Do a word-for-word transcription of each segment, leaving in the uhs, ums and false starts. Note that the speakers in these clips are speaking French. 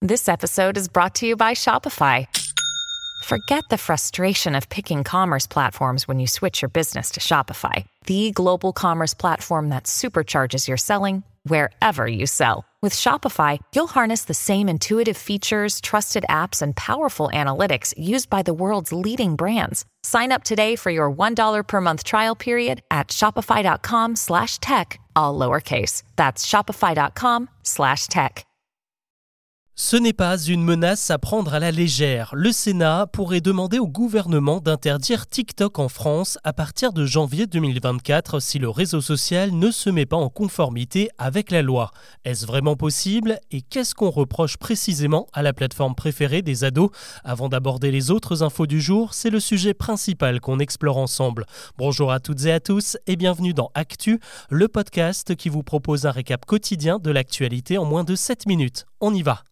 This episode is brought to you by Shopify. Forget the frustration of picking commerce platforms when you switch your business to Shopify, the global commerce platform that supercharges your selling wherever you sell. With Shopify, you'll harness the same intuitive features, trusted apps, and powerful analytics used by the world's leading brands. Sign up today for your one dollar per month trial period at shopify.com slash tech, all lowercase. That's shopify.com slash tech. Ce n'est pas une menace à prendre à la légère. Le Sénat pourrait demander au gouvernement d'interdire TikTok en France à partir de janvier deux mille vingt-quatre si le réseau social ne se met pas en conformité avec la loi. Est-ce vraiment possible? Et qu'est-ce qu'on reproche précisément à la plateforme préférée des ados? Avant d'aborder les autres infos du jour, c'est le sujet principal qu'on explore ensemble. Bonjour à toutes et à tous et bienvenue dans Actu, le podcast qui vous propose un récap quotidien de l'actualité en moins de sept minutes. On y va.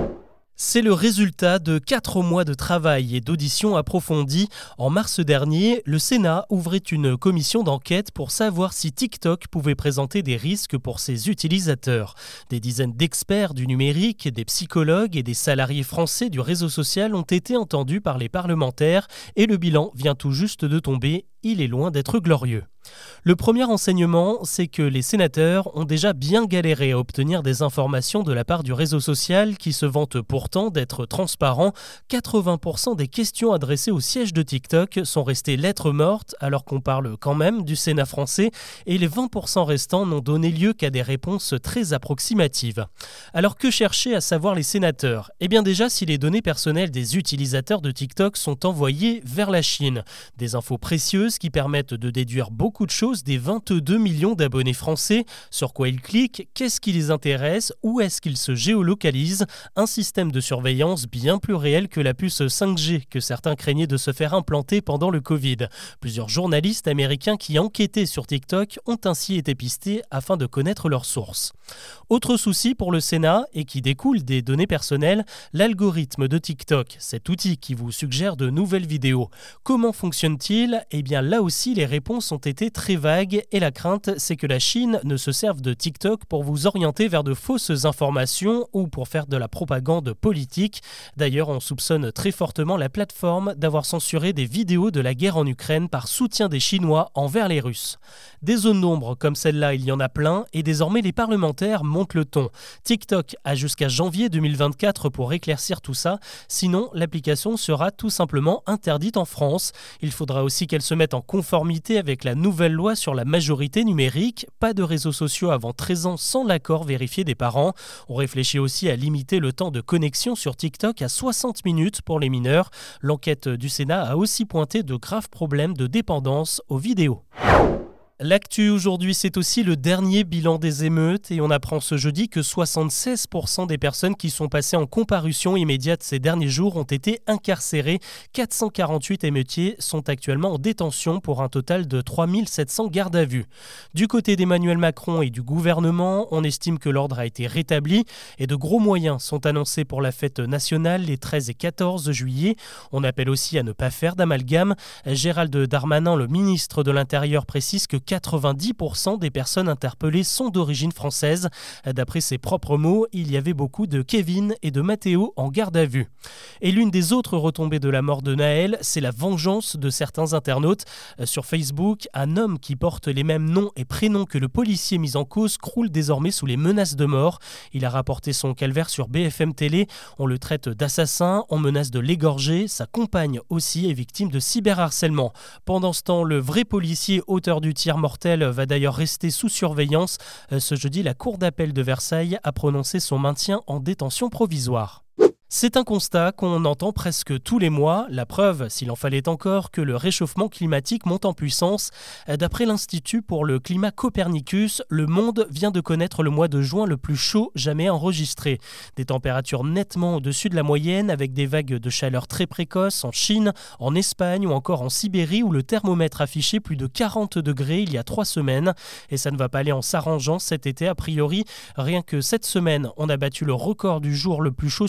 C'est le résultat de quatre mois de travail et d'auditions approfondies. En mars dernier, le Sénat ouvrait une commission d'enquête pour savoir si TikTok pouvait présenter des risques pour ses utilisateurs. Des dizaines d'experts du numérique, des psychologues et des salariés français du réseau social ont été entendus par les parlementaires et le bilan vient tout juste de tomber. Il est loin d'être glorieux. Le premier enseignement, c'est que les sénateurs ont déjà bien galéré à obtenir des informations de la part du réseau social qui se vante pourtant d'être transparent. quatre-vingts pour cent des questions adressées au siège de TikTok sont restées lettres mortes alors qu'on parle quand même du Sénat français et les vingt pour cent restants n'ont donné lieu qu'à des réponses très approximatives. Alors que chercher à savoir les sénateurs? Eh bien déjà si les données personnelles des utilisateurs de TikTok sont envoyées vers la Chine. Des infos précieuses qui permettent de déduire beaucoup de choses des vingt-deux millions d'abonnés français. Sur quoi ils cliquent, qu'est-ce qui les intéresse, où est-ce qu'ils se géolocalisent. Un système de surveillance bien plus réel que la puce cinq G que certains craignaient de se faire implanter pendant le Covid. Plusieurs journalistes américains qui enquêtaient sur TikTok ont ainsi été pistés afin de connaître leurs sources. Autre souci pour le Sénat et qui découle des données personnelles, l'algorithme de TikTok, cet outil qui vous suggère de nouvelles vidéos. Comment fonctionne-t-il? Eh bien là aussi les réponses ont été très vagues et la crainte c'est que la Chine ne se serve de TikTok pour vous orienter vers de fausses informations ou pour faire de la propagande politique. D'ailleurs on soupçonne très fortement la plateforme d'avoir censuré des vidéos de la guerre en Ukraine par soutien des Chinois envers les Russes. Des zones d'ombre comme celle-là il y en a plein et désormais les parlementaires montent le ton. TikTok a jusqu'à janvier deux mille vingt-quatre pour éclaircir tout ça, sinon l'application sera tout simplement interdite en France. Il faudra aussi qu'elle se mette en conformité avec la nouvelle loi sur la majorité numérique. Pas de réseaux sociaux avant treize ans sans l'accord vérifié des parents. On réfléchit aussi à limiter le temps de connexion sur TikTok à soixante minutes pour les mineurs. L'enquête du Sénat a aussi pointé de graves problèmes de dépendance aux vidéos. L'actu aujourd'hui, c'est aussi le dernier bilan des émeutes et on apprend ce jeudi que soixante-seize pour cent des personnes qui sont passées en comparution immédiate ces derniers jours ont été incarcérées. quatre cent quarante-huit émeutiers sont actuellement en détention pour un total de trois mille sept cents gardes à vue. Du côté d'Emmanuel Macron et du gouvernement, on estime que l'ordre a été rétabli et de gros moyens sont annoncés pour la fête nationale les treize et quatorze juillet. On appelle aussi à ne pas faire d'amalgame. Gérald Darmanin, le ministre de l'Intérieur, précise que quatre-vingt-dix pour cent des personnes interpellées sont d'origine française. D'après ses propres mots, il y avait beaucoup de Kevin et de Mathéo en garde à vue. Et l'une des autres retombées de la mort de Naël, c'est la vengeance de certains internautes. Sur Facebook, un homme qui porte les mêmes noms et prénoms que le policier mis en cause croule désormais sous les menaces de mort. Il a rapporté son calvaire sur B F M Télé. On le traite d'assassin, on menace de l'égorger. Sa compagne aussi est victime de cyberharcèlement. Pendant ce temps, le vrai policier auteur du tir mortel va d'ailleurs rester sous surveillance. Ce jeudi, la Cour d'appel de Versailles a prononcé son maintien en détention provisoire. C'est un constat qu'on entend presque tous les mois, la preuve, s'il en fallait encore, que le réchauffement climatique monte en puissance. D'après l'Institut pour le climat Copernicus, le monde vient de connaître le mois de juin le plus chaud jamais enregistré. Des températures nettement au-dessus de la moyenne, avec des vagues de chaleur très précoces en Chine, en Espagne ou encore en Sibérie, où le thermomètre affichait plus de quarante degrés il y a trois semaines. Et ça ne va pas aller en s'arrangeant cet été, a priori. Rien que cette semaine, on a battu le record du jour le plus chaud sur Terre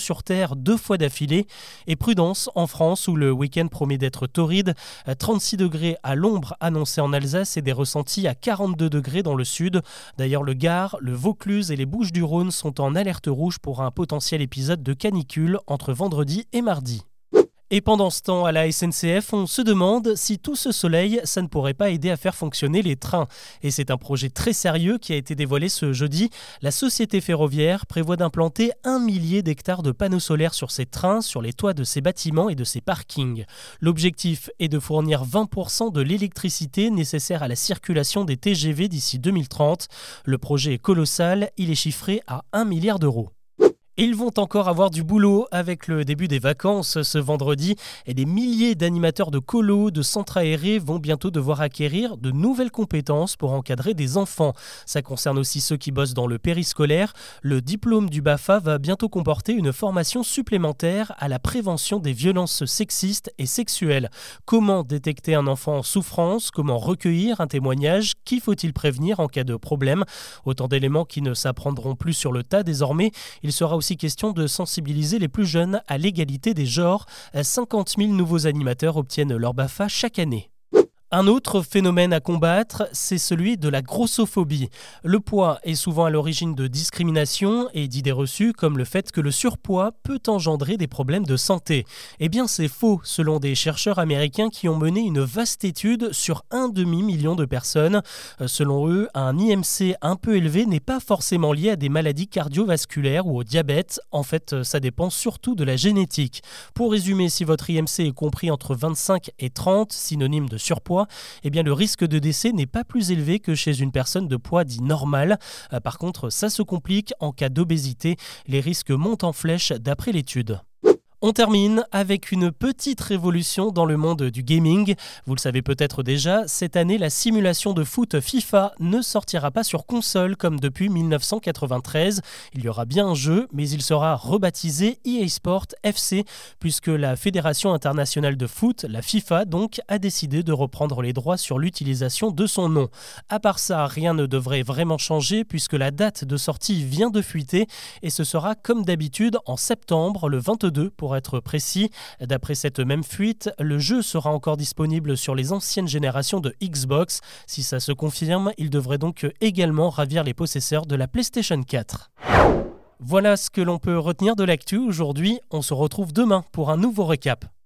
l'hiver deux fois d'affilée. Et prudence en France où le week-end promet d'être torride. trente-six degrés à l'ombre annoncés en Alsace et des ressentis à quarante-deux degrés dans le sud. D'ailleurs, le Gard, le Vaucluse et les Bouches-du-Rhône sont en alerte rouge pour un potentiel épisode de canicule entre vendredi et mardi. Et pendant ce temps, à la S N C F, on se demande si tout ce soleil, ça ne pourrait pas aider à faire fonctionner les trains. Et c'est un projet très sérieux qui a été dévoilé ce jeudi. La société ferroviaire prévoit d'implanter un millier d'hectares de panneaux solaires sur ses trains, sur les toits de ses bâtiments et de ses parkings. L'objectif est de fournir vingt pour cent de l'électricité nécessaire à la circulation des T G V d'ici deux mille trente. Le projet est colossal, il est chiffré à un milliard d'euros. Ils vont encore avoir du boulot avec le début des vacances ce vendredi et des milliers d'animateurs de colos, de centres aérés vont bientôt devoir acquérir de nouvelles compétences pour encadrer des enfants. Ça concerne aussi ceux qui bossent dans le périscolaire. Le diplôme du BAFA va bientôt comporter une formation supplémentaire à la prévention des violences sexistes et sexuelles. Comment détecter un enfant en souffrance? Comment recueillir un témoignage? Qui faut-il prévenir en cas de problème? Autant d'éléments qui ne s'apprendront plus sur le tas désormais. Il sera aussi question de sensibiliser les plus jeunes à l'égalité des genres. cinquante mille nouveaux animateurs obtiennent leur BAFA chaque année. Un autre phénomène à combattre, c'est celui de la grossophobie. Le poids est souvent à l'origine de discriminations et d'idées reçues comme le fait que le surpoids peut engendrer des problèmes de santé. Eh bien c'est faux, selon des chercheurs américains qui ont mené une vaste étude sur un demi-million de personnes. Selon eux, un I M C un peu élevé n'est pas forcément lié à des maladies cardiovasculaires ou au diabète. En fait, ça dépend surtout de la génétique. Pour résumer, si votre I M C est compris entre vingt-cinq et trente, synonyme de surpoids, eh bien le risque de décès n'est pas plus élevé que chez une personne de poids dit normal. Par contre, ça se complique en cas d'obésité. Les risques montent en flèche d'après l'étude. On termine avec une petite révolution dans le monde du gaming. Vous le savez peut-être déjà, cette année, la simulation de foot FIFA ne sortira pas sur console comme depuis mille neuf cent quatre-vingt-treize. Il y aura bien un jeu, mais il sera rebaptisé E A Sport F C, puisque la Fédération internationale de foot, la FIFA donc, a décidé de reprendre les droits sur l'utilisation de son nom. À part ça, rien ne devrait vraiment changer, puisque la date de sortie vient de fuiter, et ce sera comme d'habitude en septembre, le vingt-deux pour être précis. D'après cette même fuite, le jeu sera encore disponible sur les anciennes générations de Xbox. Si ça se confirme, il devrait donc également ravir les possesseurs de la PlayStation quatre. Voilà ce que l'on peut retenir de l'actu aujourd'hui. On se retrouve demain pour un nouveau récap.